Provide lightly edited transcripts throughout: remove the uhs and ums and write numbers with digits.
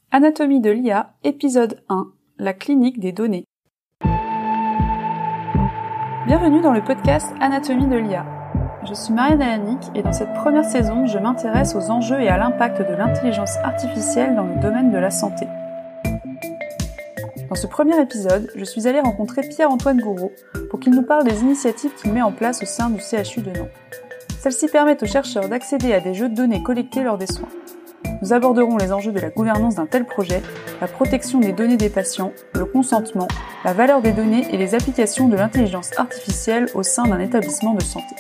Anatomie de l'IA, épisode 1, la clinique des données. Bienvenue dans le podcast Anatomie de l'IA. Je suis Marianne Alanic et dans cette première saison, je m'intéresse aux enjeux et à l'impact de l'intelligence artificielle dans le domaine de la santé. Dans ce premier épisode, je suis allée rencontrer Pierre-Antoine Gouraud pour qu'il nous parle des initiatives qu'il met en place au sein du CHU de Nantes. Celles-ci permettent aux chercheurs d'accéder à des jeux de données collectés lors des soins. Nous aborderons les enjeux de la gouvernance d'un tel projet, la protection des données des patients, le consentement, la valeur des données et les applications de l'intelligence artificielle au sein d'un établissement de santé.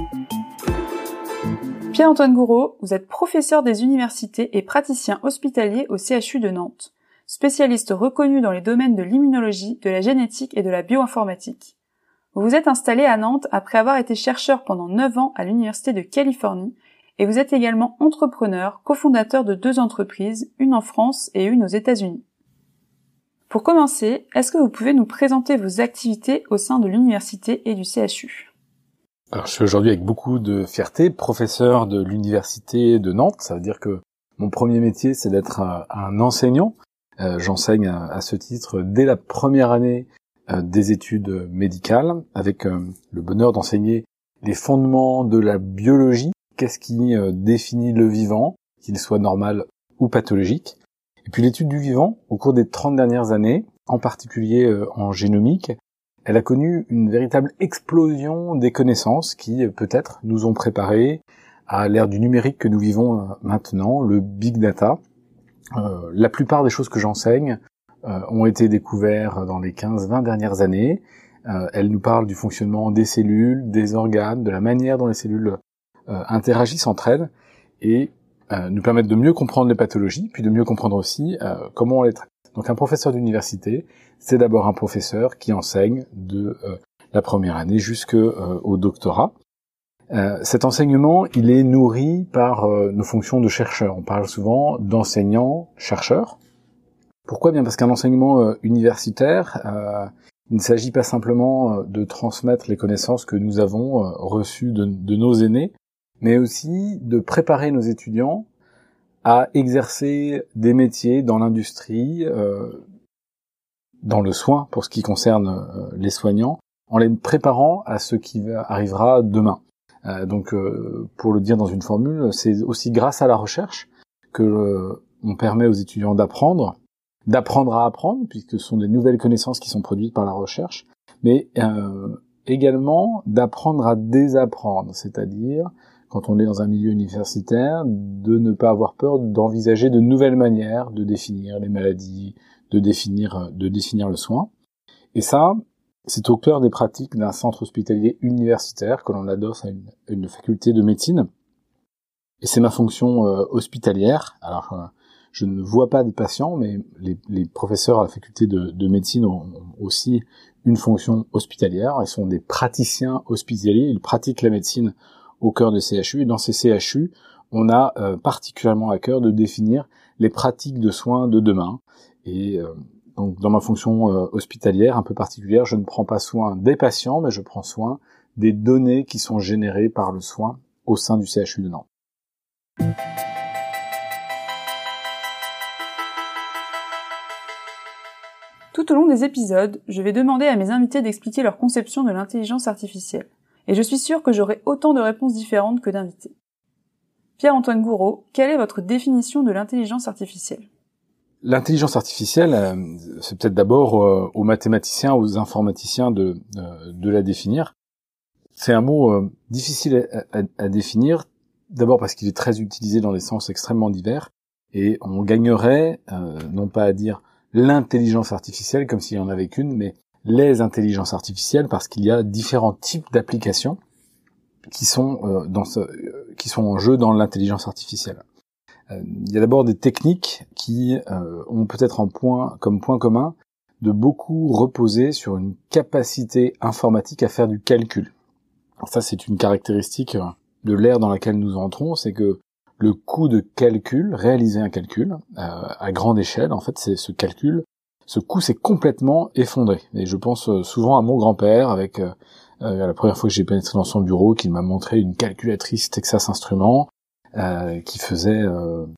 Pierre-Antoine Gouraud, vous êtes professeur des universités et praticien hospitalier au CHU de Nantes, spécialiste reconnu dans les domaines de l'immunologie, de la génétique et de la bioinformatique. Vous vous êtes installé à Nantes après avoir été chercheur pendant 9 ans à l'Université de Californie et vous êtes également entrepreneur, cofondateur de 2 entreprises, une en France et une aux États-Unis. Pour commencer, est-ce que vous pouvez nous présenter vos activités au sein de l'université et du CHU ? Alors, je suis aujourd'hui avec beaucoup de fierté professeur de l'université de Nantes. Ça veut dire que mon premier métier, c'est d'être un enseignant. J'enseigne à ce titre dès la première année des études médicales, avec le bonheur d'enseigner les fondements de la biologie. Qu'est-ce qui définit le vivant, qu'il soit normal ou pathologique. Et puis l'étude du vivant, au cours des 30 dernières années, en particulier en génomique, elle a connu une véritable explosion des connaissances qui, peut-être, nous ont préparés à l'ère du numérique que nous vivons maintenant, le big data. La plupart des choses que j'enseigne ont été découvertes dans les 15-20 dernières années. Elles nous parlent du fonctionnement des cellules, des organes, de la manière dont les cellules interagissent entre elles et nous permettent de mieux comprendre les pathologies, puis de mieux comprendre aussi comment on les traite. Donc un professeur d'université, c'est d'abord un professeur qui enseigne de la première année jusqu'au doctorat. Cet enseignement, il est nourri par nos fonctions de chercheur. On parle souvent d'enseignant-chercheur. Pourquoi ? Bien parce qu'un enseignement universitaire, il ne s'agit pas simplement de transmettre les connaissances que nous avons reçues de nos aînés, mais aussi de préparer nos étudiants à exercer des métiers dans l'industrie, dans le soin pour ce qui concerne les soignants, en les préparant à ce qui arrivera demain. Donc, pour le dire dans une formule, c'est aussi grâce à la recherche que on permet aux étudiants d'apprendre à apprendre, puisque ce sont des nouvelles connaissances qui sont produites par la recherche, mais également d'apprendre à désapprendre, c'est-à-dire, quand on est dans un milieu universitaire, de ne pas avoir peur d'envisager de nouvelles manières de définir les maladies, de définir le soin. Et ça, c'est au cœur des pratiques d'un centre hospitalier universitaire que l'on adosse à une faculté de médecine. Et c'est ma fonction hospitalière. Alors, je ne vois pas de patients, mais les professeurs à la faculté de médecine ont aussi une fonction hospitalière. Ils sont des praticiens hospitaliers, ils pratiquent la médecine au cœur des CHU. Et dans ces CHU, on a particulièrement à cœur de définir les pratiques de soins de demain. Et donc, dans ma fonction hospitalière un peu particulière, je ne prends pas soin des patients, mais je prends soin des données qui sont générées par le soin au sein du CHU de Nantes. Tout au long des épisodes, je vais demander à mes invités d'expliquer leur conception de l'intelligence artificielle. Et je suis sûre que j'aurai autant de réponses différentes que d'invités. Pierre-Antoine Gouraud, quelle est votre définition de l'intelligence artificielle ? L'intelligence artificielle, c'est peut-être d'abord aux mathématiciens, aux informaticiens de la définir. C'est un mot difficile à définir, d'abord parce qu'il est très utilisé dans des sens extrêmement divers, et on gagnerait, non pas à dire l'intelligence artificielle comme s'il y en avait qu'une, mais les intelligences artificielles, parce qu'il y a différents types d'applications qui sont en jeu dans l'intelligence artificielle. Il y a d'abord des techniques qui ont peut-être comme point commun de beaucoup reposer sur une capacité informatique à faire du calcul. Alors ça, c'est une caractéristique de l'ère dans laquelle nous entrons, c'est que le coût de calcul, réaliser un calcul à grande échelle, en fait, ce coût s'est complètement effondré. Et je pense souvent à mon grand-père avec la première fois que j'ai pénétré dans son bureau, qu'il m'a montré une calculatrice Texas Instruments qui faisait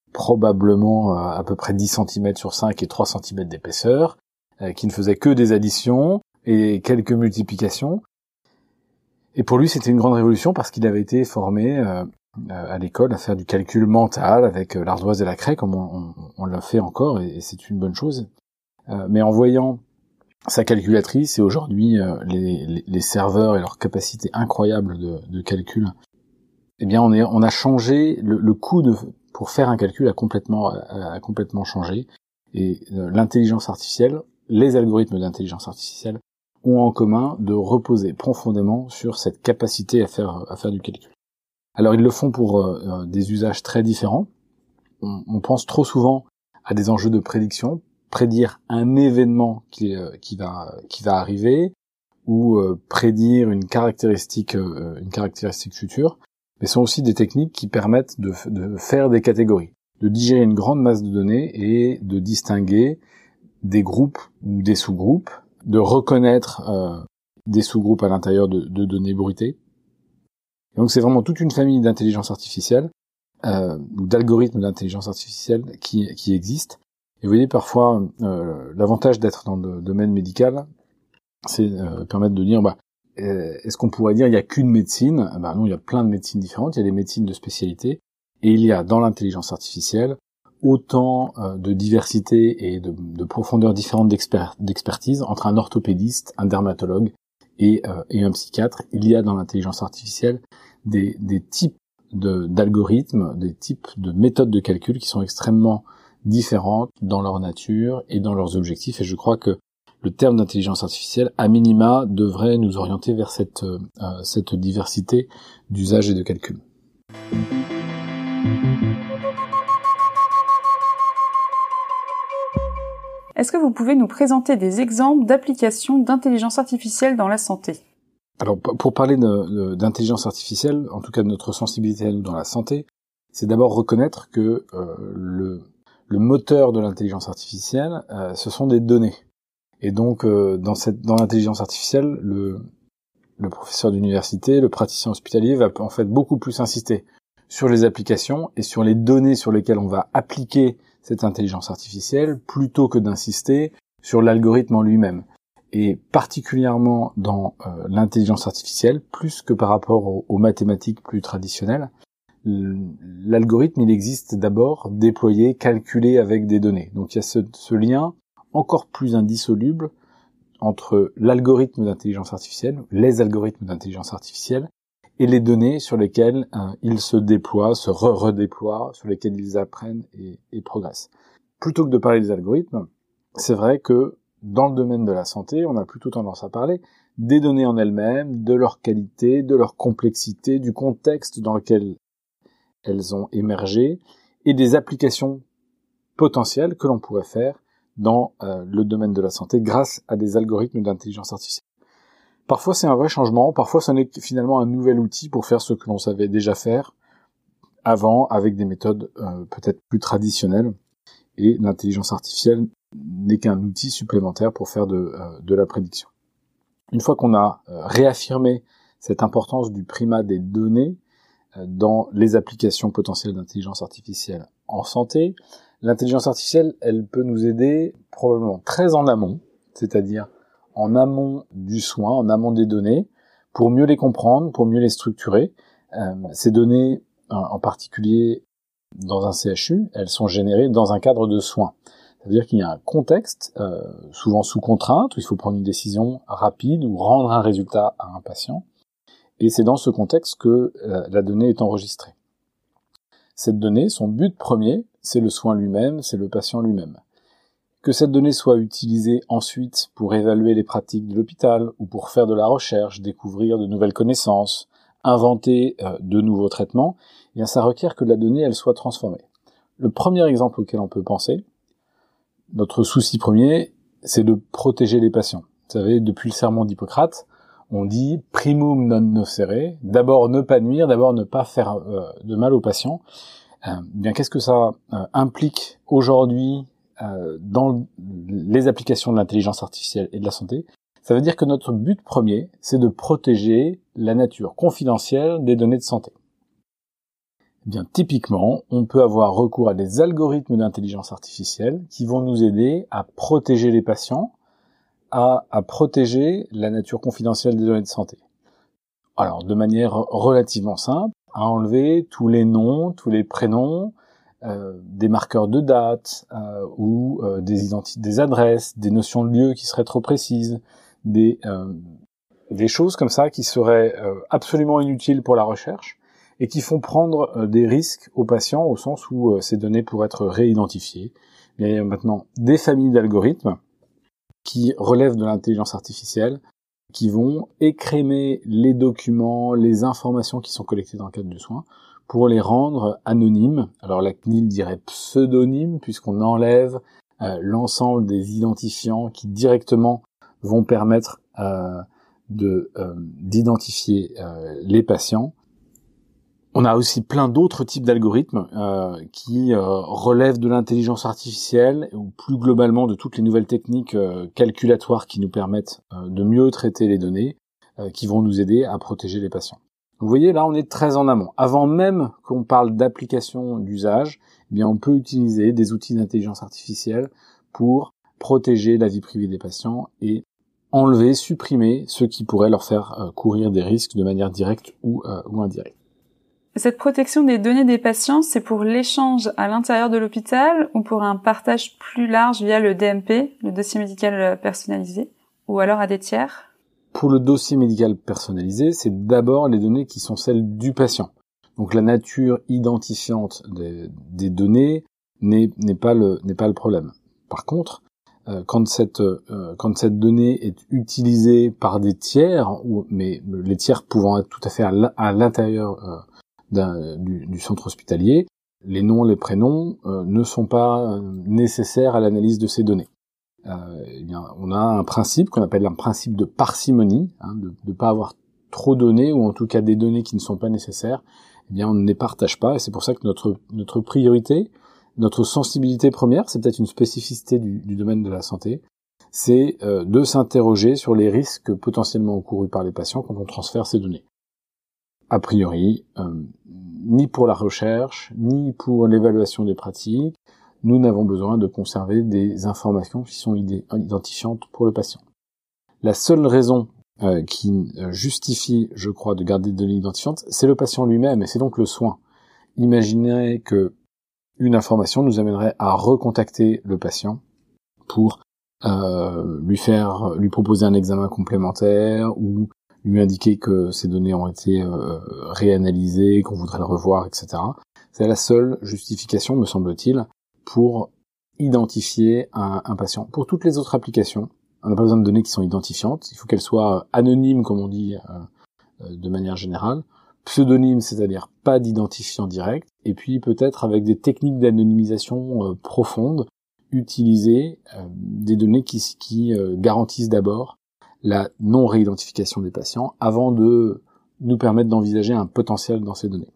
probablement à peu près 10 cm sur 5 et 3 cm d'épaisseur, qui ne faisait que des additions et quelques multiplications. Et pour lui, c'était une grande révolution parce qu'il avait été formé à l'école à faire du calcul mental avec l'ardoise et la craie, comme on l'a fait encore, et c'est une bonne chose. Mais en voyant sa calculatrice et aujourd'hui les serveurs et leur capacité incroyable de calcul, eh bien on a changé le coût pour faire un calcul a complètement changé. Et l'intelligence artificielle, les algorithmes d'intelligence artificielle ont en commun de reposer profondément sur cette capacité à faire du calcul. Alors ils le font pour des usages très différents. On pense trop souvent à des enjeux de prédiction, prédire un événement qui va arriver, ou prédire une caractéristique future. Mais ce sont aussi des techniques qui permettent de faire des catégories, de digérer une grande masse de données et de distinguer des groupes ou des sous-groupes, de reconnaître des sous-groupes à l'intérieur de données bruitées. Et donc c'est vraiment toute une famille d'intelligence artificielle ou d'algorithmes d'intelligence artificielle qui existent. Et vous voyez, parfois, l'avantage d'être dans le domaine médical, c'est permettre de dire, est-ce qu'on pourrait dire il n'y a qu'une médecine? Non, il y a plein de médecines différentes, il y a des médecines de spécialité, et il y a dans l'intelligence artificielle autant de diversité et de profondeur différentes d'expertise entre un orthopédiste, un dermatologue et un psychiatre. Il y a dans l'intelligence artificielle des types d'algorithmes, des types de méthodes de calcul qui sont extrêmement différentes dans leur nature et dans leurs objectifs, et je crois que le terme d'intelligence artificielle, à minima, devrait nous orienter vers cette diversité d'usages et de calcul. Est-ce que vous pouvez nous présenter des exemples d'applications d'intelligence artificielle dans la santé? Alors, pour parler d'intelligence artificielle, en tout cas de notre sensibilité à nous dans la santé, c'est d'abord reconnaître que le moteur de l'intelligence artificielle, ce sont des données. Et donc, dans l'intelligence artificielle, le professeur d'université, le praticien hospitalier va en fait beaucoup plus insister sur les applications et sur les données sur lesquelles on va appliquer cette intelligence artificielle, plutôt que d'insister sur l'algorithme en lui-même. Et particulièrement dans l'intelligence artificielle, plus que par rapport aux mathématiques plus traditionnelles, l'algorithme, il existe d'abord déployé, calculé avec des données. Donc il y a ce lien encore plus indissoluble entre l'algorithme d'intelligence artificielle, les algorithmes d'intelligence artificielle, et les données sur lesquelles ils se déploient, se redéploient, sur lesquelles ils apprennent et progressent. Plutôt que de parler des algorithmes, c'est vrai que dans le domaine de la santé, on a plutôt tendance à parler des données en elles-mêmes, de leur qualité, de leur complexité, du contexte dans lequel elles ont émergé, et des applications potentielles que l'on pourrait faire dans le domaine de la santé grâce à des algorithmes d'intelligence artificielle. Parfois c'est un vrai changement, parfois ce n'est finalement un nouvel outil pour faire ce que l'on savait déjà faire avant avec des méthodes peut-être plus traditionnelles, et l'intelligence artificielle n'est qu'un outil supplémentaire pour faire de la prédiction. Une fois qu'on a réaffirmé cette importance du primat des données dans les applications potentielles d'intelligence artificielle en santé, l'intelligence artificielle, elle peut nous aider probablement très en amont, c'est-à-dire en amont du soin, en amont des données, pour mieux les comprendre, pour mieux les structurer. Ces données, en particulier dans un CHU, elles sont générées dans un cadre de soins. C'est-à-dire qu'il y a un contexte, souvent sous contrainte, où il faut prendre une décision rapide ou rendre un résultat à un patient. Et c'est dans ce contexte que la donnée est enregistrée. Cette donnée, son but premier, c'est le soin lui-même, c'est le patient lui-même. Que cette donnée soit utilisée ensuite pour évaluer les pratiques de l'hôpital ou pour faire de la recherche, découvrir de nouvelles connaissances, inventer de nouveaux traitements, eh bien ça requiert que la donnée elle soit transformée. Le premier exemple auquel on peut penser, notre souci premier, c'est de protéger les patients. Vous savez, depuis le sermon d'Hippocrate, on dit primum non nocere, d'abord ne pas nuire, d'abord ne pas faire de mal aux patients. Bien qu'est-ce que ça implique aujourd'hui dans les applications de l'intelligence artificielle et de la santé? Ça veut dire que notre but premier, c'est de protéger la nature confidentielle des données de santé. Eh bien, typiquement, on peut avoir recours à des algorithmes d'intelligence artificielle qui vont nous aider à protéger les patients, à protéger la nature confidentielle des données de santé. Alors, de manière relativement simple, à enlever tous les noms, tous les prénoms, des marqueurs de date ou des adresses, des notions de lieu qui seraient trop précises, des choses comme ça qui seraient absolument inutiles pour la recherche et qui font prendre des risques aux patients au sens où ces données pourraient être réidentifiées. Il y a maintenant des familles d'algorithmes qui relèvent de l'intelligence artificielle, qui vont écrémer les documents, les informations qui sont collectées dans le cadre du soin, pour les rendre anonymes. Alors la CNIL dirait pseudonymes, puisqu'on enlève l'ensemble des identifiants qui directement vont permettre d'identifier les patients. On a aussi plein d'autres types d'algorithmes qui relèvent de l'intelligence artificielle ou plus globalement de toutes les nouvelles techniques calculatoires qui nous permettent de mieux traiter les données, qui vont nous aider à protéger les patients. Vous voyez, là, on est très en amont. Avant même qu'on parle d'application d'usage, eh bien, on peut utiliser des outils d'intelligence artificielle pour protéger la vie privée des patients et enlever, supprimer ceux qui pourraient leur faire courir des risques de manière directe ou indirecte. Cette protection des données des patients, c'est pour l'échange à l'intérieur de l'hôpital ou pour un partage plus large via le DMP, le dossier médical personnalisé, ou alors à des tiers? Pour le dossier médical personnalisé, c'est d'abord les données qui sont celles du patient. Donc la nature identifiante des données n'est pas le problème. Par contre, quand cette donnée est utilisée par des tiers, mais les tiers pouvant être tout à fait à l'intérieur du centre hospitalier, les noms, les prénoms ne sont pas nécessaires à l'analyse de ces données. Eh bien, on a un principe qu'on appelle un principe de parcimonie, de ne pas avoir trop de données, ou en tout cas des données qui ne sont pas nécessaires. Eh bien, on ne les partage pas, et c'est pour ça que notre priorité, notre sensibilité première, c'est peut-être une spécificité du domaine de la santé, c'est de s'interroger sur les risques potentiellement encourus par les patients quand on transfère ces données. A priori, ni pour la recherche, ni pour l'évaluation des pratiques, nous n'avons besoin de conserver des informations qui sont identifiantes pour le patient. La seule raison qui justifie, je crois, de garder des données identifiantes, c'est le patient lui-même, et c'est donc le soin. Imaginez que une information nous amènerait à recontacter le patient pour lui proposer un examen complémentaire ou lui indiquer que ces données ont été réanalysées, qu'on voudrait le revoir, etc. C'est la seule justification, me semble-t-il, pour identifier un patient. Pour toutes les autres applications, on n'a pas besoin de données qui sont identifiantes. Il faut qu'elles soient anonymes, comme on dit de manière générale. Pseudonyme, c'est-à-dire pas d'identifiant direct. Et puis peut-être avec des techniques d'anonymisation profondes, utiliser des données qui garantissent d'abord la non-réidentification des patients avant de nous permettre d'envisager un potentiel dans ces données.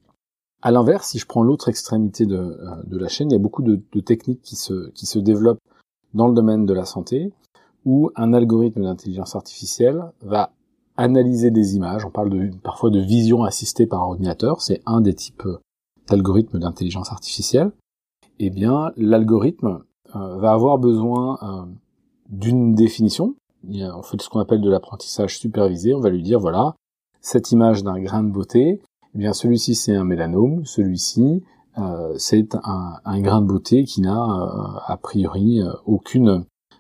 À l'inverse, si je prends l'autre extrémité de la chaîne, il y a beaucoup de techniques qui se développent dans le domaine de la santé, où un algorithme d'intelligence artificielle va analyser des images. On parle parfois de vision assistée par ordinateur, c'est un des types d'algorithmes d'intelligence artificielle. Eh bien, l'algorithme va avoir besoin d'une définition. On fait ce qu'on appelle de l'apprentissage supervisé. On va lui dire, voilà, cette image d'un grain de beauté, eh bien celui-ci c'est un mélanome, celui-ci c'est un grain de beauté qui n'a a priori aucun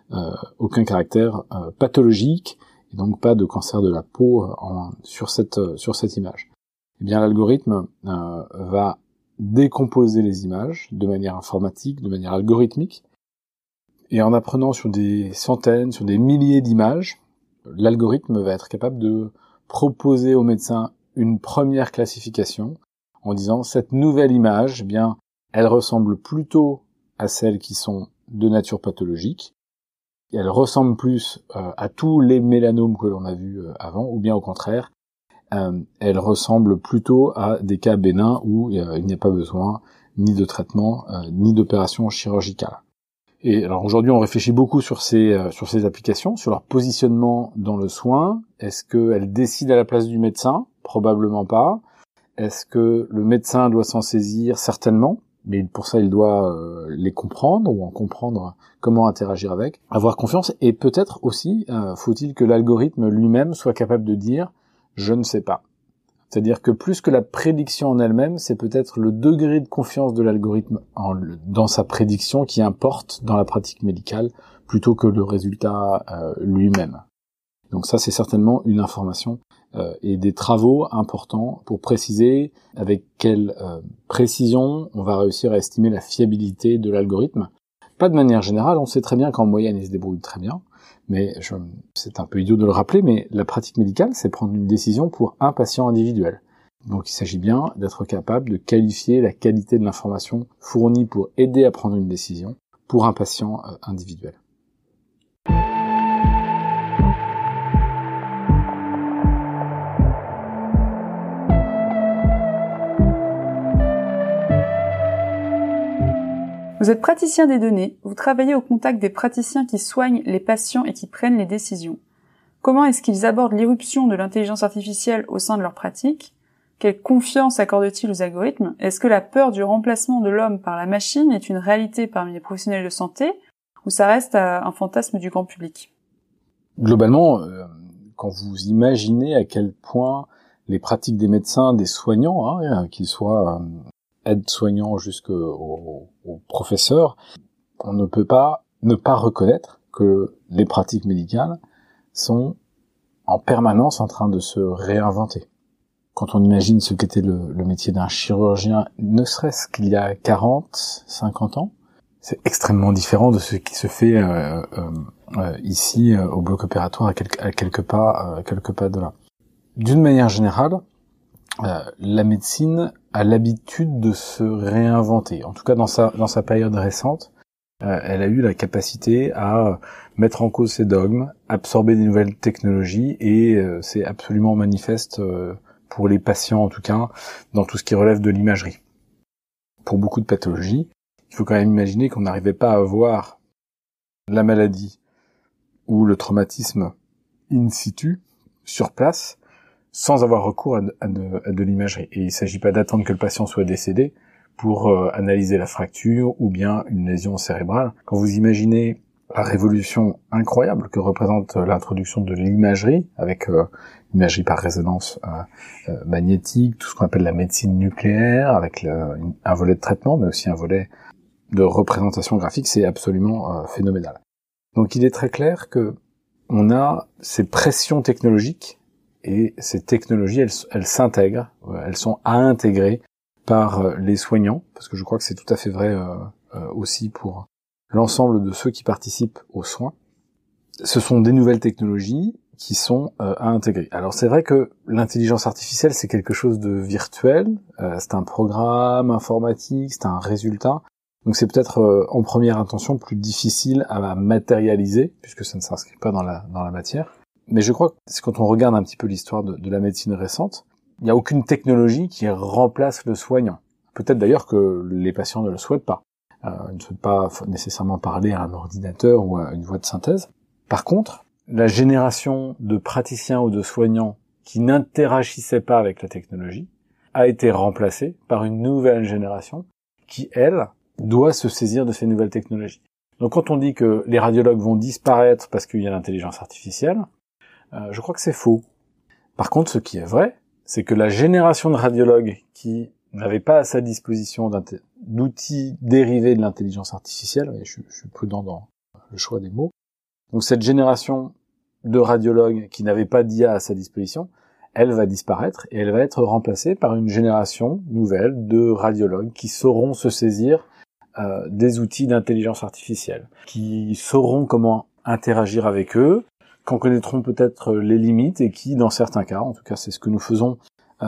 caractère pathologique et donc pas de cancer de la peau sur cette image. Eh bien l'algorithme va décomposer les images de manière informatique, de manière algorithmique, et en apprenant sur des centaines, sur des milliers d'images, l'algorithme va être capable de proposer au médecin une première classification en disant cette nouvelle image, eh bien, elle ressemble plutôt à celles qui sont de nature pathologique, elle ressemble plus à tous les mélanomes que l'on a vus avant, ou bien au contraire, elle ressemble plutôt à des cas bénins où il n'y a pas besoin ni de traitement ni d'opération chirurgicale. Et alors aujourd'hui, on réfléchit beaucoup sur ces applications, sur leur positionnement dans le soin. Est-ce qu'elles décident à la place du médecin ? Probablement pas. Est-ce que le médecin doit s'en saisir? Certainement, mais pour ça il doit les comprendre ou en comprendre comment interagir avec, avoir confiance, et peut-être aussi faut-il que l'algorithme lui-même soit capable de dire « je ne sais pas ». C'est-à-dire que plus que la prédiction en elle-même, c'est peut-être le degré de confiance de l'algorithme dans sa prédiction qui importe dans la pratique médicale plutôt que le résultat lui-même. Donc ça, c'est certainement une information et des travaux importants pour préciser avec quelle précision on va réussir à estimer la fiabilité de l'algorithme. Pas de manière générale, on sait très bien qu'en moyenne, il se débrouille très bien, mais c'est un peu idiot de le rappeler, mais la pratique médicale, c'est prendre une décision pour un patient individuel. Donc il s'agit bien d'être capable de qualifier la qualité de l'information fournie pour aider à prendre une décision pour un patient individuel. Vous êtes praticien des données, vous travaillez au contact des praticiens qui soignent les patients et qui prennent les décisions. Comment est-ce qu'ils abordent l'irruption de l'intelligence artificielle au sein de leur pratique? Quelle confiance accordent-ils aux algorithmes? Est-ce que la peur du remplacement de l'homme par la machine est une réalité parmi les professionnels de santé, ou ça reste un fantasme du grand public? Globalement, quand vous imaginez à quel point les pratiques des médecins, des soignants, qu'ils soient aides-soignants jusqu'aux professeurs, on ne peut pas ne pas reconnaître que les pratiques médicales sont en permanence en train de se réinventer. Quand on imagine ce qu'était le métier d'un chirurgien, ne serait-ce qu'il y a 40, 50 ans, c'est extrêmement différent de ce qui se fait ici au bloc opératoire à quelques pas de là. D'une manière générale, la médecine a l'habitude de se réinventer. En tout cas, dans sa période récente, elle a eu la capacité à mettre en cause ses dogmes, absorber des nouvelles technologies, et c'est absolument manifeste pour les patients, en tout cas, dans tout ce qui relève de l'imagerie. Pour beaucoup de pathologies, il faut quand même imaginer qu'on n'arrivait pas à voir la maladie ou le traumatisme in situ, sur place, sans avoir recours à de l'imagerie. Et il ne s'agit pas d'attendre que le patient soit décédé pour analyser la fracture ou bien une lésion cérébrale. Quand vous imaginez la révolution incroyable que représente l'introduction de l'imagerie, avec l'imagerie par résonance magnétique, tout ce qu'on appelle la médecine nucléaire, avec un volet de traitement, mais aussi un volet de représentation graphique, c'est absolument phénoménal. Donc il est très clair que on a ces pressions technologiques, et ces technologies, elles s'intègrent, elles sont à intégrer par les soignants, parce que je crois que c'est tout à fait vrai aussi pour l'ensemble de ceux qui participent aux soins. Ce sont des nouvelles technologies qui sont à intégrer. Alors c'est vrai que l'intelligence artificielle, c'est quelque chose de virtuel, c'est un programme informatique, c'est un résultat, donc c'est peut-être en première intention plus difficile à matérialiser, puisque ça ne s'inscrit pas dans la matière. Mais je crois que quand on regarde un petit peu l'histoire de la médecine récente, il n'y a aucune technologie qui remplace le soignant. Peut-être d'ailleurs que les patients ne le souhaitent pas. Ils ne souhaitent pas nécessairement parler à un ordinateur ou à une voix de synthèse. Par contre, la génération de praticiens ou de soignants qui n'interagissaient pas avec la technologie a été remplacée par une nouvelle génération qui, elle, doit se saisir de ces nouvelles technologies. Donc quand on dit que les radiologues vont disparaître parce qu'il y a l'intelligence artificielle, je crois que c'est faux. Par contre, ce qui est vrai, c'est que la génération de radiologues qui n'avait pas à sa disposition d'outils dérivés de l'intelligence artificielle, et je suis prudent dans le choix des mots, donc cette génération de radiologues qui n'avait pas d'IA à sa disposition, elle va disparaître et elle va être remplacée par une génération nouvelle de radiologues qui sauront se saisir des outils d'intelligence artificielle, qui sauront comment interagir avec eux, qu'en connaîtront peut-être les limites et qui, dans certains cas, en tout cas c'est ce que nous faisons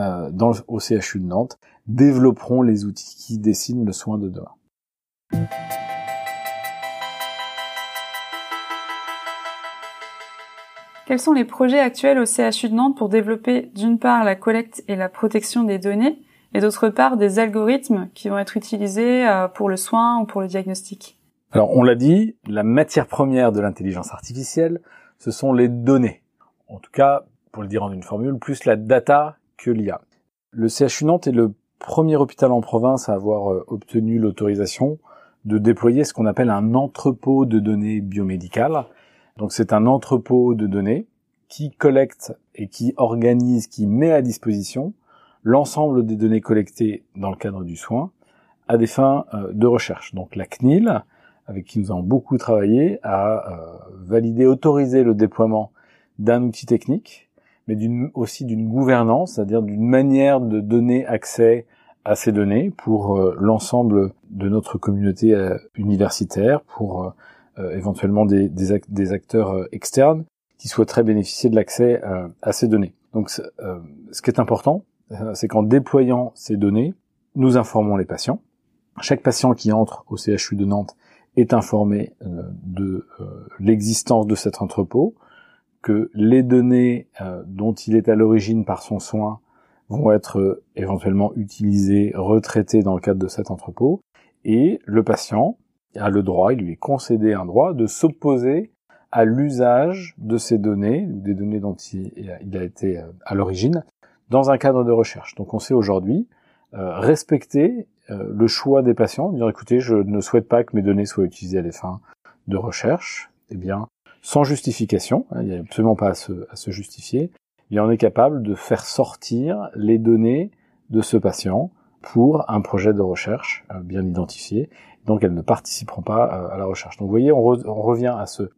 au CHU de Nantes, développeront les outils qui dessinent le soin de demain. Quels sont les projets actuels au CHU de Nantes pour développer d'une part la collecte et la protection des données et d'autre part des algorithmes qui vont être utilisés pour le soin ou pour le diagnostic? Alors on l'a dit, la matière première de l'intelligence artificielle, ce sont les données. En tout cas, pour le dire en une formule, plus la data que l'IA. Le CHU Nantes est le premier hôpital en province à avoir obtenu l'autorisation de déployer ce qu'on appelle un entrepôt de données biomédicales. Donc c'est un entrepôt de données qui collecte et qui organise, qui met à disposition l'ensemble des données collectées dans le cadre du soin à des fins de recherche. Donc la CNIL, avec qui nous avons beaucoup travaillé, a validé, autorisé le déploiement d'un outil technique, mais aussi d'une gouvernance, c'est-à-dire d'une manière de donner accès à ces données pour l'ensemble de notre communauté universitaire, pour éventuellement des acteurs externes qui souhaiteraient bénéficier de l'accès à ces données. Donc ce qui est important, c'est qu'en déployant ces données, nous informons les patients. Chaque patient qui entre au CHU de Nantes est informé de l'existence de cet entrepôt, que les données dont il est à l'origine par son soin vont être éventuellement utilisées, retraitées dans le cadre de cet entrepôt, et le patient a le droit, il lui est concédé un droit de s'opposer à l'usage de ces données, des données dont il a été à l'origine, dans un cadre de recherche. Donc on sait aujourd'hui respecter le choix des patients, dire écoutez, je ne souhaite pas que mes données soient utilisées à des fins de recherche, eh bien, sans justification, il n'y a absolument pas à se justifier, eh bien, on est capable de faire sortir les données de ce patient pour un projet de recherche bien identifié, donc elles ne participeront pas à la recherche. Donc vous voyez, on revient à ce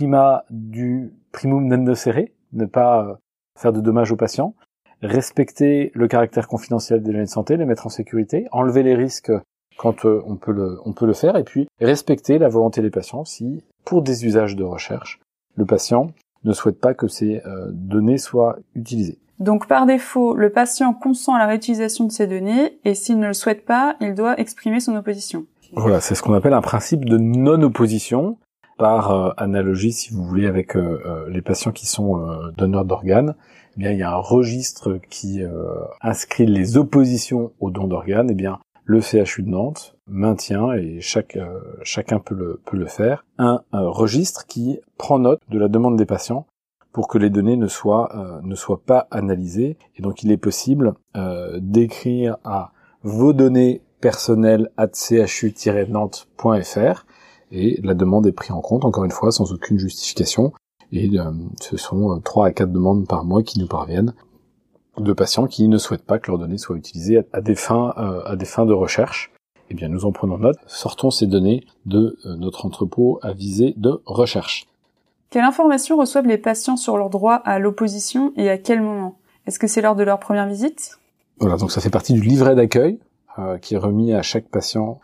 primum non nocere, ne pas faire de dommages aux patients, respecter le caractère confidentiel des données de santé, les mettre en sécurité, enlever les risques quand on peut le faire, et puis respecter la volonté des patients si, pour des usages de recherche, le patient ne souhaite pas que ces données soient utilisées. Donc par défaut, le patient consent à la réutilisation de ces données, et s'il ne le souhaite pas, il doit exprimer son opposition. Voilà, c'est ce qu'on appelle un principe de non-opposition, par analogie, si vous voulez, avec les patients qui sont donneurs d'organes. Eh bien, il y a un registre qui inscrit les oppositions au don d'organes. Eh bien, le CHU de Nantes maintient, et chacun peut le faire, un registre qui prend note de la demande des patients pour que les données ne soient pas analysées. Et donc, il est possible d'écrire à vos données personnelles @chu-nantes.fr et la demande est prise en compte, encore une fois, sans aucune justification. Et ce sont 3 à 4 demandes par mois qui nous parviennent de patients qui ne souhaitent pas que leurs données soient utilisées à des fins de recherche. Eh bien, nous en prenons note, sortons ces données de notre entrepôt à visée de recherche. Quelle information reçoivent les patients sur leur droit à l'opposition et à quel moment? Est-ce que c'est lors de leur première visite? Voilà, donc ça fait partie du livret d'accueil qui est remis à chaque patient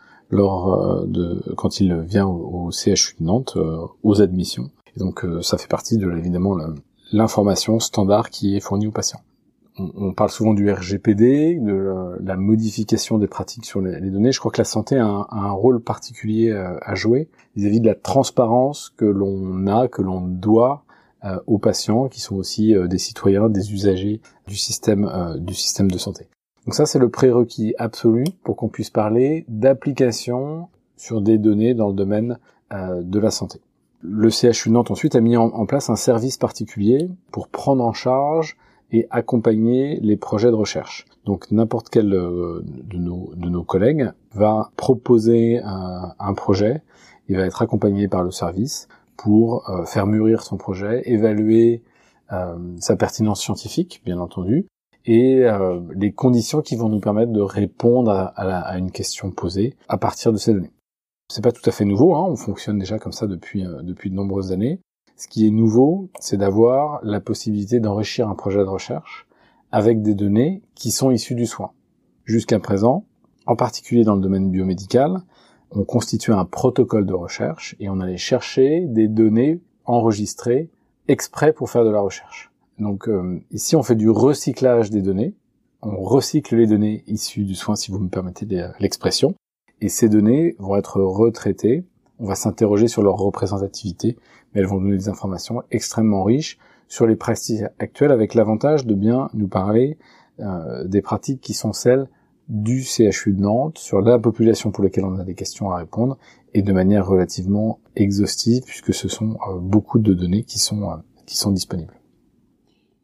quand il vient au CHU de Nantes, aux admissions. Et donc ça fait partie de évidemment l'information standard qui est fournie aux patients. On parle souvent du RGPD, de la modification des pratiques sur les données. Je crois que la santé a un rôle particulier à jouer vis-à-vis de la transparence que l'on doit aux patients, qui sont aussi des citoyens, des usagers du système de santé. Donc ça, c'est le prérequis absolu pour qu'on puisse parler d'application sur des données dans le domaine de la santé. Le CHU de Nantes ensuite a mis en place un service particulier pour prendre en charge et accompagner les projets de recherche. Donc n'importe quel de nos collègues va proposer un projet, il va être accompagné par le service pour faire mûrir son projet, évaluer sa pertinence scientifique, bien entendu, et les conditions qui vont nous permettre de répondre à une question posée à partir de ces données. C'est pas tout à fait nouveau, on fonctionne déjà comme ça depuis de nombreuses années. Ce qui est nouveau, c'est d'avoir la possibilité d'enrichir un projet de recherche avec des données qui sont issues du soin. Jusqu'à présent, en particulier dans le domaine biomédical, on constituait un protocole de recherche et on allait chercher des données enregistrées exprès pour faire de la recherche. Donc ici, on fait du recyclage des données. On recycle les données issues du soin, si vous me permettez l'expression. Et ces données vont être retraitées. On va s'interroger sur leur représentativité, mais elles vont donner des informations extrêmement riches sur les pratiques actuelles, avec l'avantage de bien nous parler des pratiques qui sont celles du CHU de Nantes, sur la population pour laquelle on a des questions à répondre, et de manière relativement exhaustive, puisque ce sont beaucoup de données qui sont disponibles.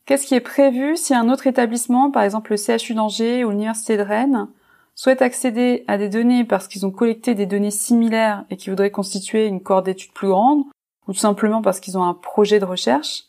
Qu'est-ce qui est prévu si un autre établissement, par exemple le CHU d'Angers ou l'Université de Rennes, souhaite accéder à des données parce qu'ils ont collecté des données similaires et qui voudraient constituer une cohorte d'études plus grande, ou tout simplement parce qu'ils ont un projet de recherche?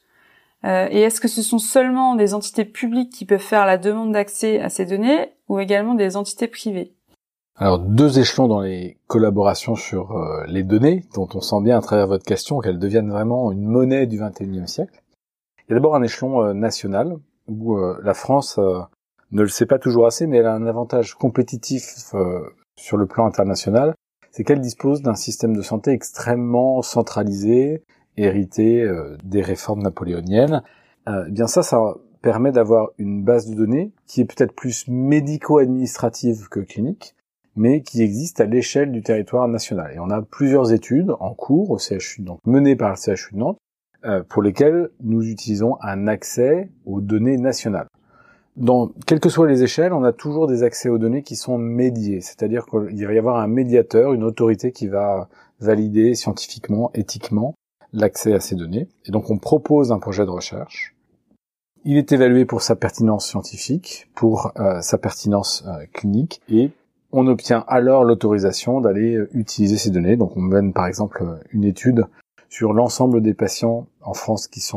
Et est-ce que ce sont seulement des entités publiques qui peuvent faire la demande d'accès à ces données, ou également des entités privées? Alors, 2 échelons dans les collaborations sur les données, dont on sent bien à travers votre question qu'elles deviennent vraiment une monnaie du XXIe siècle. Il y a d'abord un échelon national, où la France ne le sait pas toujours assez, mais elle a un avantage compétitif sur le plan international, c'est qu'elle dispose d'un système de santé extrêmement centralisé, hérité des réformes napoléoniennes. Eh bien ça permet d'avoir une base de données qui est peut-être plus médico-administrative que clinique, mais qui existe à l'échelle du territoire national. Et on a plusieurs études en cours au CHU, donc menées par le CHU de Nantes, pour lesquelles nous utilisons un accès aux données nationales. Dans quelles que soient les échelles, on a toujours des accès aux données qui sont médiés, c'est-à-dire qu'il va y avoir un médiateur, une autorité qui va valider scientifiquement, éthiquement, l'accès à ces données. Et donc on propose un projet de recherche. Il est évalué pour sa pertinence scientifique, pour sa pertinence clinique, et on obtient alors l'autorisation d'aller utiliser ces données. Donc on mène par exemple une étude sur l'ensemble des patients en France qui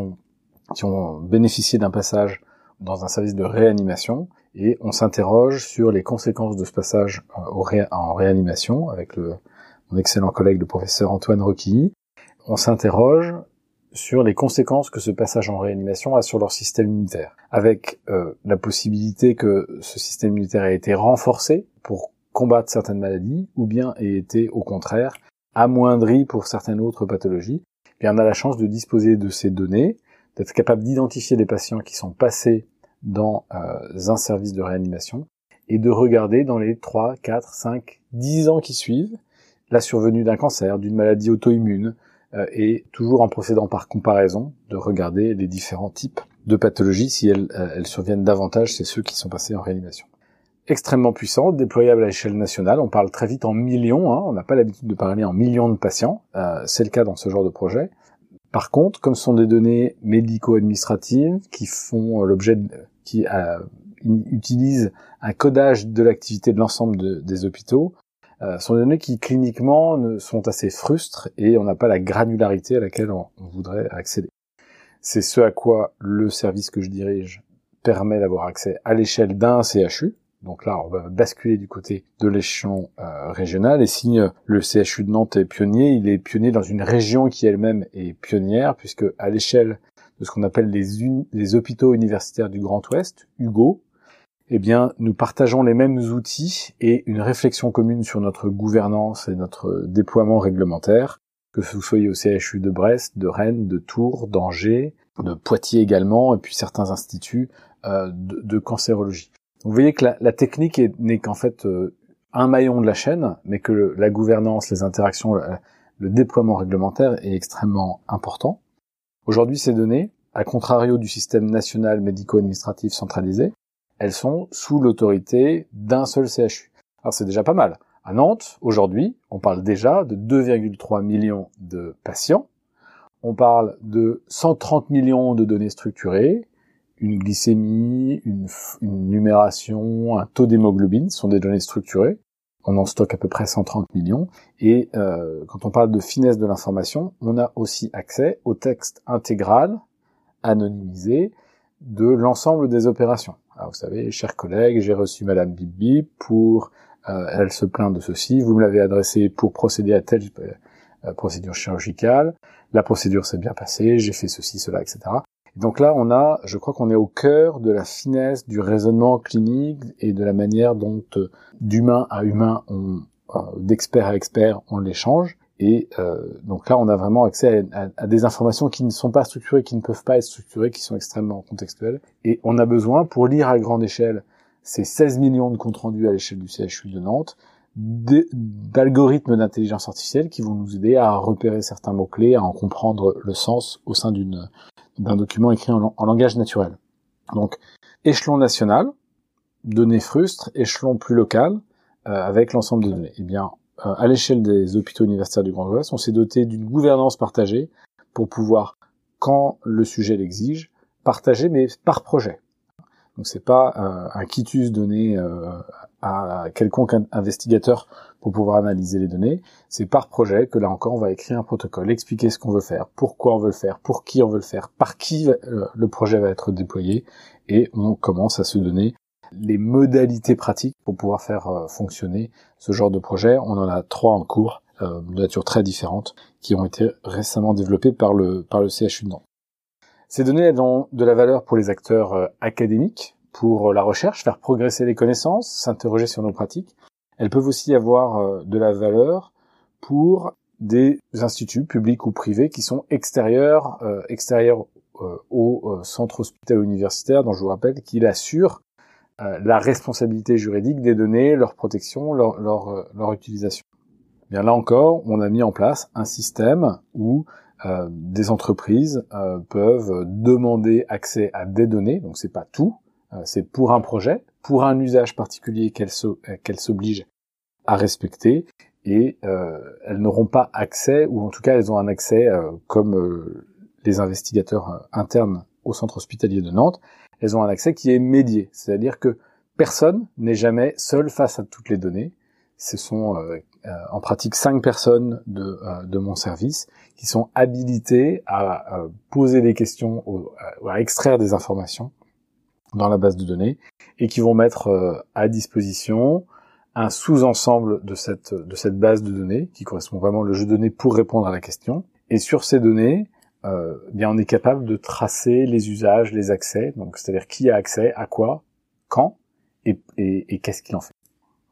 ont bénéficié d'un passage dans un service de réanimation, et on s'interroge sur les conséquences de ce passage en réanimation avec mon excellent collègue le professeur Antoine Roquilly. On s'interroge sur les conséquences que ce passage en réanimation a sur leur système immunitaire, avec la possibilité que ce système immunitaire ait été renforcé pour combattre certaines maladies, ou bien ait été au contraire amoindri pour certaines autres pathologies. Et on a la chance de disposer de ces données, d'être capable d'identifier les patients qui sont passés dans un service de réanimation, et de regarder dans les 3, 4, 5, 10 ans qui suivent la survenue d'un cancer, d'une maladie auto-immune, et toujours en procédant par comparaison, de regarder les différents types de pathologies, si elles surviennent davantage chez ceux qui sont passés en réanimation. Extrêmement puissant, déployable à l'échelle nationale, on parle très vite en millions, on n'a pas l'habitude de parler en millions de patients, c'est le cas dans ce genre de projet. Par contre, comme ce sont des données médico-administratives qui font qui utilisent un codage de l'activité de l'ensemble des hôpitaux, sont des données qui cliniquement sont assez frustres et on n'a pas la granularité à laquelle on voudrait accéder. C'est ce à quoi le service que je dirige permet d'avoir accès à l'échelle d'un CHU. Donc là, on va basculer du côté de l'échelon régional. Et si le CHU de Nantes est pionnier, il est pionnier dans une région qui elle-même est pionnière, puisque à l'échelle de ce qu'on appelle les hôpitaux universitaires du Grand Ouest, HUGO, eh bien, nous partageons les mêmes outils et une réflexion commune sur notre gouvernance et notre déploiement réglementaire, que vous soyez au CHU de Brest, de Rennes, de Tours, d'Angers, de Poitiers également, et puis certains instituts de cancérologie. Donc, vous voyez que la technique n'est qu'en fait un maillon de la chaîne, mais que la gouvernance, les interactions, le déploiement réglementaire est extrêmement important. Aujourd'hui, ces données, à contrario du système national médico-administratif centralisé, elles sont sous l'autorité d'un seul CHU. Alors c'est déjà pas mal. À Nantes, aujourd'hui, on parle déjà de 2,3 millions de patients. On parle de 130 millions de données structurées, une glycémie, une numération, un taux d'hémoglobine, ce sont des données structurées. On en stocke à peu près 130 millions. Et quand on parle de finesse de l'information, on a aussi accès au texte intégral, anonymisé, de l'ensemble des opérations. Alors vous savez, chers collègues, j'ai reçu Madame Bip Bip pour... elle se plaint de ceci, vous me l'avez adressé pour procéder à telle procédure chirurgicale, la procédure s'est bien passée, j'ai fait ceci, cela, etc. Et donc là, je crois qu'on est au cœur de la finesse du raisonnement clinique et de la manière dont d'humain à humain, d'expert à expert, on l'échange. Et donc là, on a vraiment accès à des informations qui ne sont pas structurées, qui ne peuvent pas être structurées, qui sont extrêmement contextuelles. Et on a besoin, pour lire à grande échelle ces 16 millions de comptes rendus à l'échelle du CHU de Nantes, d'algorithmes d'intelligence artificielle qui vont nous aider à repérer certains mots-clés, à en comprendre le sens au sein d'un document écrit en langage naturel. Donc, échelon national, données frustres, échelon plus local, avec l'ensemble des données. Eh bien, à l'échelle des hôpitaux universitaires du Grand Ouest, on s'est doté d'une gouvernance partagée pour pouvoir, quand le sujet l'exige, partagé, mais par projet. Donc c'est pas un quitus donné à quelconque investigateur pour pouvoir analyser les données. C'est par projet que là encore on va écrire un protocole, expliquer ce qu'on veut faire, pourquoi on veut le faire, pour qui on veut le faire, par qui le projet va être déployé, et on commence à se donner les modalités pratiques pour pouvoir faire fonctionner ce genre de projet. On en a 3 en cours, de nature très différente, qui ont été récemment développées par le CHU de Nantes. Ces données, elles ont de la valeur pour les acteurs académiques, pour la recherche, faire progresser les connaissances, s'interroger sur nos pratiques. Elles peuvent aussi avoir de la valeur pour des instituts publics ou privés qui sont extérieurs au centre hospitalo-universitaire, dont je vous rappelle qu'il assure la responsabilité juridique des données, leur protection, leur utilisation. Bien là encore, on a mis en place un système où des entreprises peuvent demander accès à des données, donc c'est pas tout, c'est pour un projet, pour un usage particulier qu'elles s'obligent à respecter, et elles n'auront pas accès, ou en tout cas elles ont un accès comme les investigateurs internes au centre hospitalier de Nantes, elles ont un accès qui est médié, c'est-à-dire que personne n'est jamais seul face à toutes les données. Ce sont en pratique 5 personnes de mon service qui sont habilitées à poser des questions, à extraire des informations dans la base de données, et qui vont mettre à disposition un sous-ensemble de cette base de données qui correspond vraiment au jeu de données pour répondre à la question. Et sur ces données, bien on est capable de tracer les usages, les accès, donc c'est-à-dire qui a accès à quoi, quand et qu'est-ce qu'il en fait.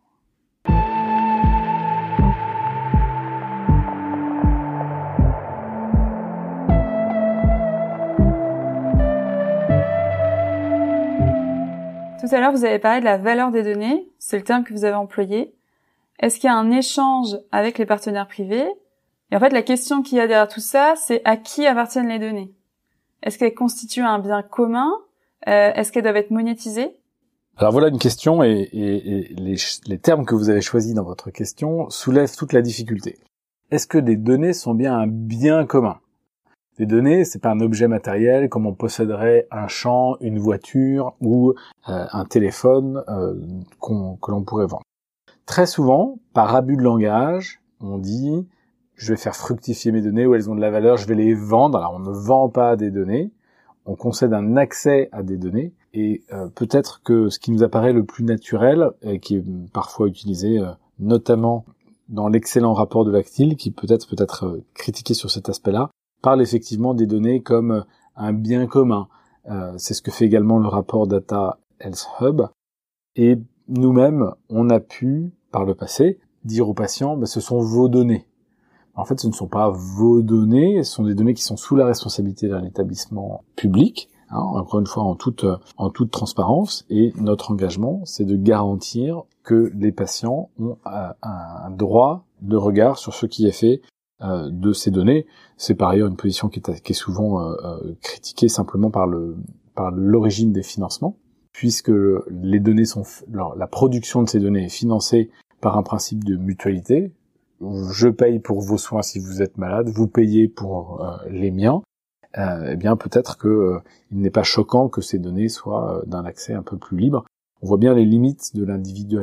Tout à l'heure, vous avez parlé de la valeur des données, c'est le terme que vous avez employé. Est-ce qu'il y a un échange avec les partenaires privés? Et en fait, la question qu'il y a derrière tout ça, c'est à qui appartiennent les données? Est-ce qu'elles constituent un bien commun? Est-ce qu'elles doivent être monétisées? Alors voilà une question, et les termes que vous avez choisis dans votre question soulèvent toute la difficulté. Est-ce que des données sont bien un bien commun? Les données, c'est pas un objet matériel comme on posséderait un champ, une voiture ou un téléphone que l'on pourrait vendre. Très souvent, par abus de langage, on dit je vais faire fructifier mes données, ou elles ont de la valeur, je vais les vendre. Alors on ne vend pas des données, on concède un accès à des données, et peut-être que ce qui nous apparaît le plus naturel, et qui est parfois utilisé notamment dans l'excellent rapport de Lactil, qui peut être critiqué sur cet aspect-là, parle effectivement des données comme un bien commun. C'est ce que fait également le rapport Data Health Hub. Et nous-mêmes, on a pu, par le passé, dire aux patients, ce sont vos données. En fait, ce ne sont pas vos données, ce sont des données qui sont sous la responsabilité d'un établissement public, encore une fois en toute transparence, et notre engagement, c'est de garantir que les patients ont un droit de regard sur ce qui est fait de ces données. C'est par ailleurs une position qui est souvent critiquée simplement par l'origine des financements, puisque les données la production de ces données est financée par un principe de mutualité. Je paye pour vos soins si vous êtes malade, vous payez pour les miens. Eh bien peut-être que il n'est pas choquant que ces données soient d'un accès un peu plus libre. On voit bien les limites de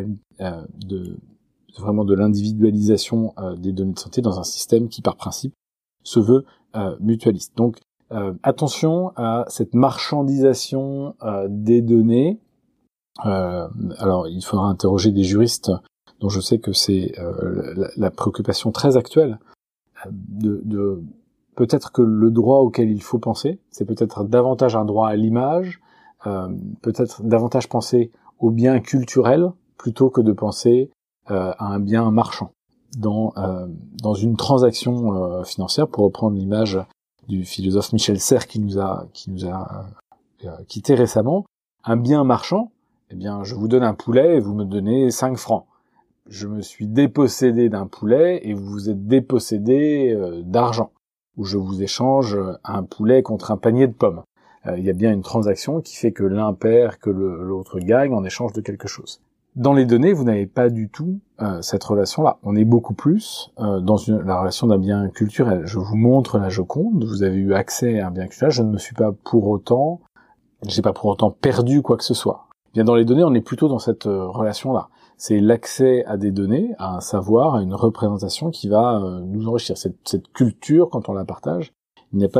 l'individualisation des données de santé dans un système qui par principe se veut mutualiste. Donc attention à cette marchandisation des données. Alors il faudra interroger des juristes dont je sais que c'est la préoccupation très actuelle de peut-être que le droit auquel il faut penser, c'est peut-être davantage un droit à l'image, peut-être davantage penser au bien culturel plutôt que de penser à un bien marchand. Dans une transaction financière, pour reprendre l'image du philosophe Michel Serres qui nous a quitté récemment, un bien marchand, eh bien je vous donne un poulet et vous me donnez 5 francs. Je me suis dépossédé d'un poulet et vous vous êtes dépossédé d'argent, ou je vous échange un poulet contre un panier de pommes. Il y a bien une transaction qui fait que l'un perd, que l'autre gagne en échange de quelque chose. Dans les données, vous n'avez pas du tout cette relation-là. On est beaucoup plus dans la relation d'un bien culturel. Je vous montre la Joconde, vous avez eu accès à un bien culturel, je ne me suis pas pour autant j'ai pas pour autant perdu quoi que ce soit. Bien, dans les données, on est plutôt dans cette relation-là. C'est l'accès à des données, à un savoir, à une représentation qui va nous enrichir. Cette culture, quand on la partage, il n'y a pas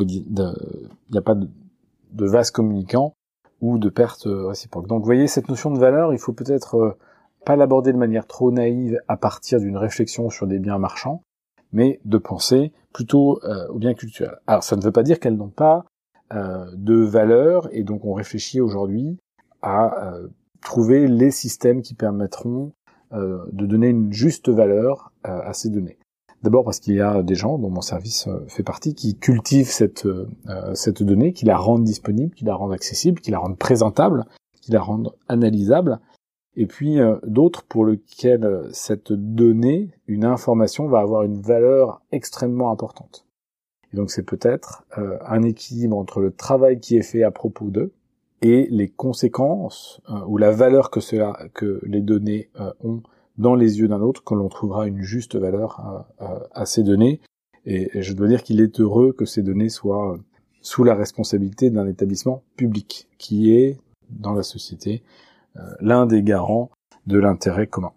de vase communicant ou de perte réciproque. Donc, vous voyez, cette notion de valeur, il faut peut-être pas l'aborder de manière trop naïve à partir d'une réflexion sur des biens marchands, mais de penser plutôt aux biens culturels. Alors, ça ne veut pas dire qu'elles n'ont pas de valeur, et donc on réfléchit aujourd'hui à trouver les systèmes qui permettront de donner une juste valeur à ces données. D'abord parce qu'il y a des gens, dont mon service fait partie, qui cultivent cette donnée, qui la rendent disponible, qui la rendent accessible, qui la rendent présentable, qui la rendent analysable, et puis d'autres pour lesquels cette donnée, une information, va avoir une valeur extrêmement importante. Et donc c'est peut-être un équilibre entre le travail qui est fait à propos d'eux et les conséquences ou la valeur que les données ont dans les yeux d'un autre, que l'on trouvera une juste valeur à ces données. Et je dois dire qu'il est heureux que ces données soient sous la responsabilité d'un établissement public, qui est, dans la société, l'un des garants de l'intérêt commun.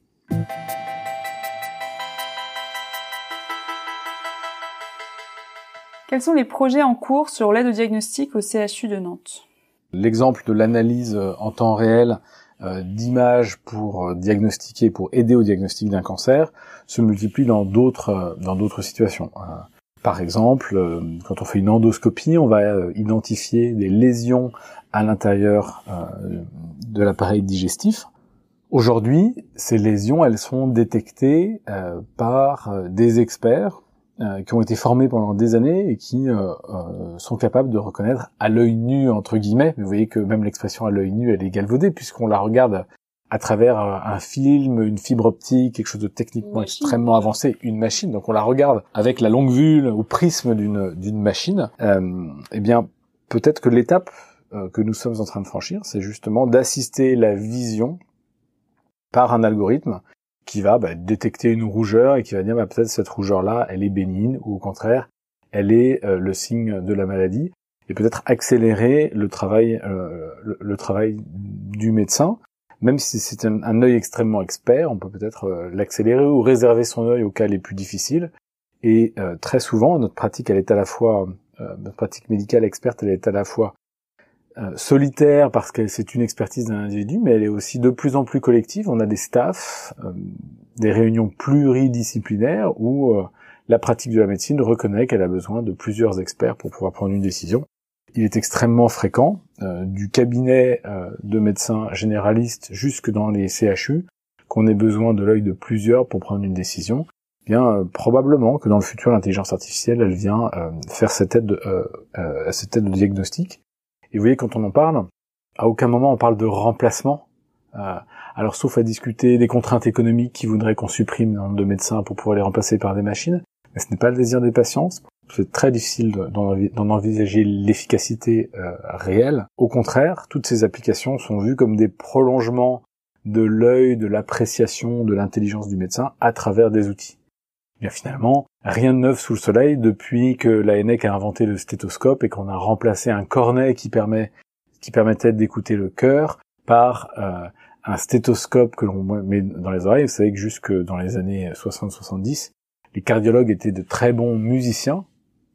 Quels sont les projets en cours sur l'aide au diagnostic au CHU de Nantes ? L'exemple de l'analyse en temps réel d'images pour diagnostiquer, pour aider au diagnostic d'un cancer, se multiplie dans d'autres situations. Par exemple, quand on fait une endoscopie, on va identifier des lésions à l'intérieur de l'appareil digestif. Aujourd'hui, ces lésions, elles sont détectées par des experts qui ont été formés pendant des années et qui sont capables de reconnaître à l'œil nu, entre guillemets, mais vous voyez que même l'expression à l'œil nu, elle est galvaudée, puisqu'on la regarde à travers un film, une fibre optique, quelque chose de techniquement extrêmement avancé, une machine, donc on la regarde avec la longue vue au prisme d'une machine. Eh bien, peut-être que l'étape que nous sommes en train de franchir, c'est justement d'assister la vision par un algorithme qui va détecter une rougeur et qui va dire peut-être cette rougeur-là, elle est bénigne, ou au contraire, elle est le signe de la maladie, et peut-être accélérer le travail du médecin, même si c'est un œil extrêmement expert, on peut peut-être l'accélérer ou réserver son œil aux cas les plus difficiles. Et très souvent, notre pratique, elle est à la fois, notre pratique médicale experte, elle est à la fois solitaire parce que c'est une expertise d'un individu, mais elle est aussi de plus en plus collective. On a des staffs, des réunions pluridisciplinaires où la pratique de la médecine reconnaît qu'elle a besoin de plusieurs experts pour pouvoir prendre une décision. Il est extrêmement fréquent, du cabinet de médecins généralistes jusque dans les CHU, qu'on ait besoin de l'œil de plusieurs pour prendre une décision. Bien, probablement que dans le futur, l'intelligence artificielle, elle vient faire cette aide de diagnostic. Et vous voyez, quand on en parle, à aucun moment on parle de remplacement. Alors, sauf à discuter des contraintes économiques qui voudraient qu'on supprime le nombre de médecins pour pouvoir les remplacer par des machines, mais ce n'est pas le désir des patients. C'est très difficile d'en envisager l'efficacité réelle. Au contraire, toutes ces applications sont vues comme des prolongements de l'œil, de l'appréciation, de l'intelligence du médecin à travers des outils. Bien finalement, rien de neuf sous le soleil depuis que l'ANEC a inventé le stéthoscope et qu'on a remplacé un cornet qui permettait d'écouter le cœur par un stéthoscope que l'on met dans les oreilles. Vous savez que jusque dans les années 60-70, les cardiologues étaient de très bons musiciens. Pourquoi ?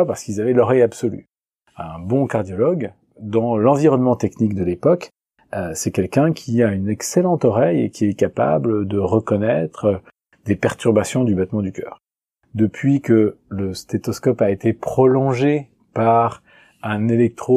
Parce qu'ils avaient l'oreille absolue. Un bon cardiologue, dans l'environnement technique de l'époque, c'est quelqu'un qui a une excellente oreille et qui est capable de reconnaître des perturbations du battement du cœur. Depuis que le stéthoscope a été prolongé par un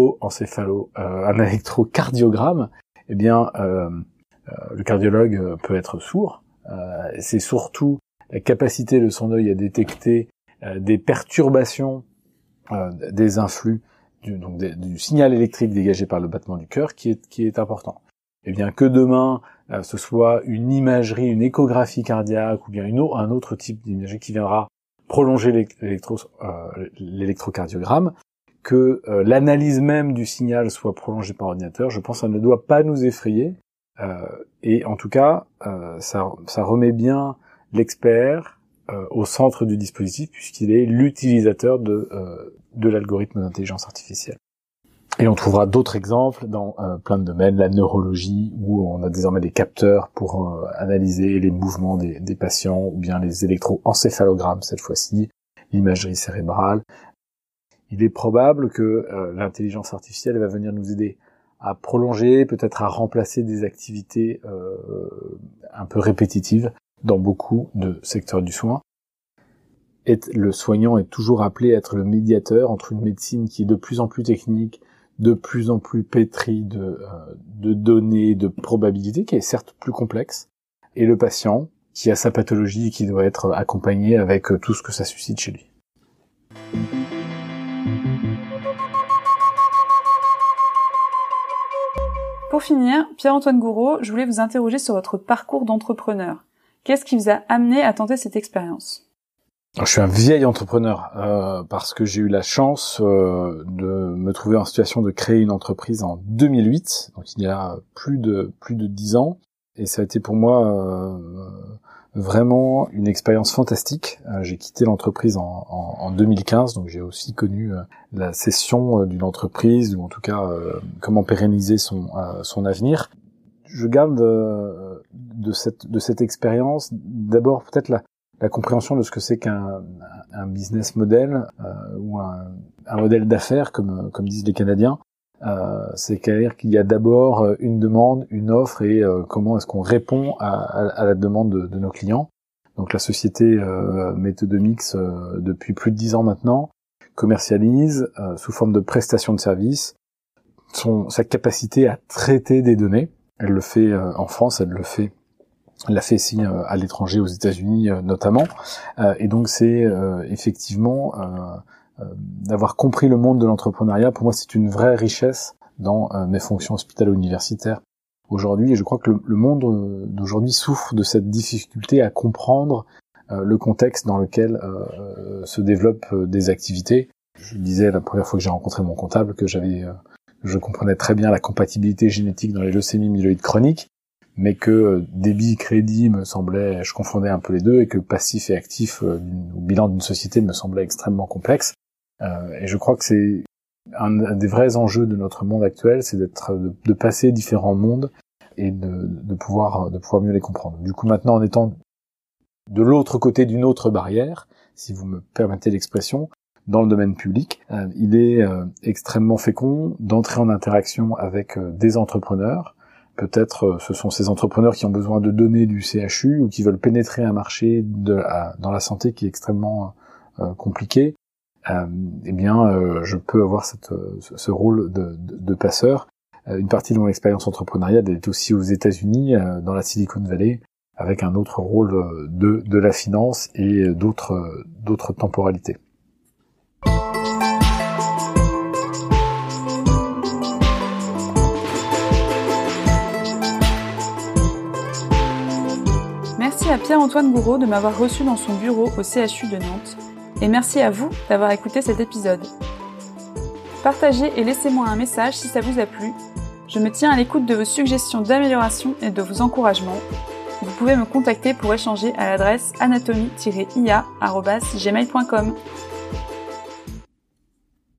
électrocardiogramme, eh bien, le cardiologue peut être sourd. C'est surtout la capacité de son œil à détecter des perturbations des influx du signal électrique dégagé par le battement du cœur qui est important. Eh bien, que demain ce soit une imagerie, une échographie cardiaque ou bien un autre type d'imagerie qui viendra prolonger l'électrocardiogramme, que l'analyse même du signal soit prolongée par ordinateur, je pense que ça ne doit pas nous effrayer. Et en tout cas, ça remet bien l'expert au centre du dispositif puisqu'il est l'utilisateur de l'algorithme d'intelligence artificielle. Et on trouvera d'autres exemples dans plein de domaines, la neurologie, où on a désormais des capteurs pour analyser les mouvements des patients, ou bien les électroencéphalogrammes cette fois-ci, l'imagerie cérébrale. Il est probable que l'intelligence artificielle va venir nous aider à prolonger, peut-être à remplacer des activités un peu répétitives dans beaucoup de secteurs du soin. Et le soignant est toujours appelé à être le médiateur entre une médecine qui est de plus en plus technique, de plus en plus pétrie de données, de probabilités, qui est certes plus complexe, et le patient qui a sa pathologie et qui doit être accompagné avec tout ce que ça suscite chez lui. Pour finir, Pierre-Antoine Gouraud, je voulais vous interroger sur votre parcours d'entrepreneur. Qu'est-ce qui vous a amené à tenter cette expérience ? Alors, je suis un vieil entrepreneur parce que j'ai eu la chance de me trouver en situation de créer une entreprise en 2008, donc il y a plus de 10 ans, et ça a été pour moi vraiment une expérience fantastique. J'ai quitté l'entreprise en 2015, donc j'ai aussi connu la cession d'une entreprise, ou en tout cas comment pérenniser son avenir. Je garde de cette expérience d'abord peut-être la compréhension de ce que c'est qu'un business model ou un modèle d'affaires, comme disent les Canadiens. C'est-à-dire qu'il y a d'abord une demande, une offre, et comment est-ce qu'on répond à la demande de nos clients. Donc la société Méthodomix, depuis plus de 10 ans maintenant, commercialise sous forme de prestation de services sa capacité à traiter des données. Elle le fait en France, elle l'a fait ici à l'étranger, aux États-Unis notamment. Et donc c'est effectivement d'avoir compris le monde de l'entrepreneuriat. Pour moi, c'est une vraie richesse dans mes fonctions hospitalo-universitaires aujourd'hui. Et je crois que le monde d'aujourd'hui souffre de cette difficulté à comprendre le contexte dans lequel se développent des activités. Je disais la première fois que j'ai rencontré mon comptable que je comprenais très bien la compatibilité génétique dans les leucémies myéloïdes chroniques, mais que débit, crédit me semblait, je confondais un peu les deux, et que passif et actif au bilan d'une société me semblait extrêmement complexe. Et je crois que c'est un des vrais enjeux de notre monde actuel, c'est de passer différents mondes et de pouvoir mieux les comprendre. Du coup, maintenant, en étant de l'autre côté d'une autre barrière, si vous me permettez l'expression, dans le domaine public, il est extrêmement fécond d'entrer en interaction avec des entrepreneurs. Peut-être ce sont ces entrepreneurs qui ont besoin de données du CHU ou qui veulent pénétrer un marché dans la santé qui est extrêmement compliqué. Je peux avoir ce rôle de passeur. Une partie de mon expérience entrepreneuriale est aussi aux États-Unis, dans la Silicon Valley, avec un autre rôle de la finance et d'autres temporalités. Merci à Pierre-Antoine Gouraud de m'avoir reçu dans son bureau au CHU de Nantes. Et merci à vous d'avoir écouté cet épisode. Partagez et laissez-moi un message si ça vous a plu. Je me tiens à l'écoute de vos suggestions d'amélioration et de vos encouragements. Vous pouvez me contacter pour échanger à l'adresse anatomie-ia@gmail.com.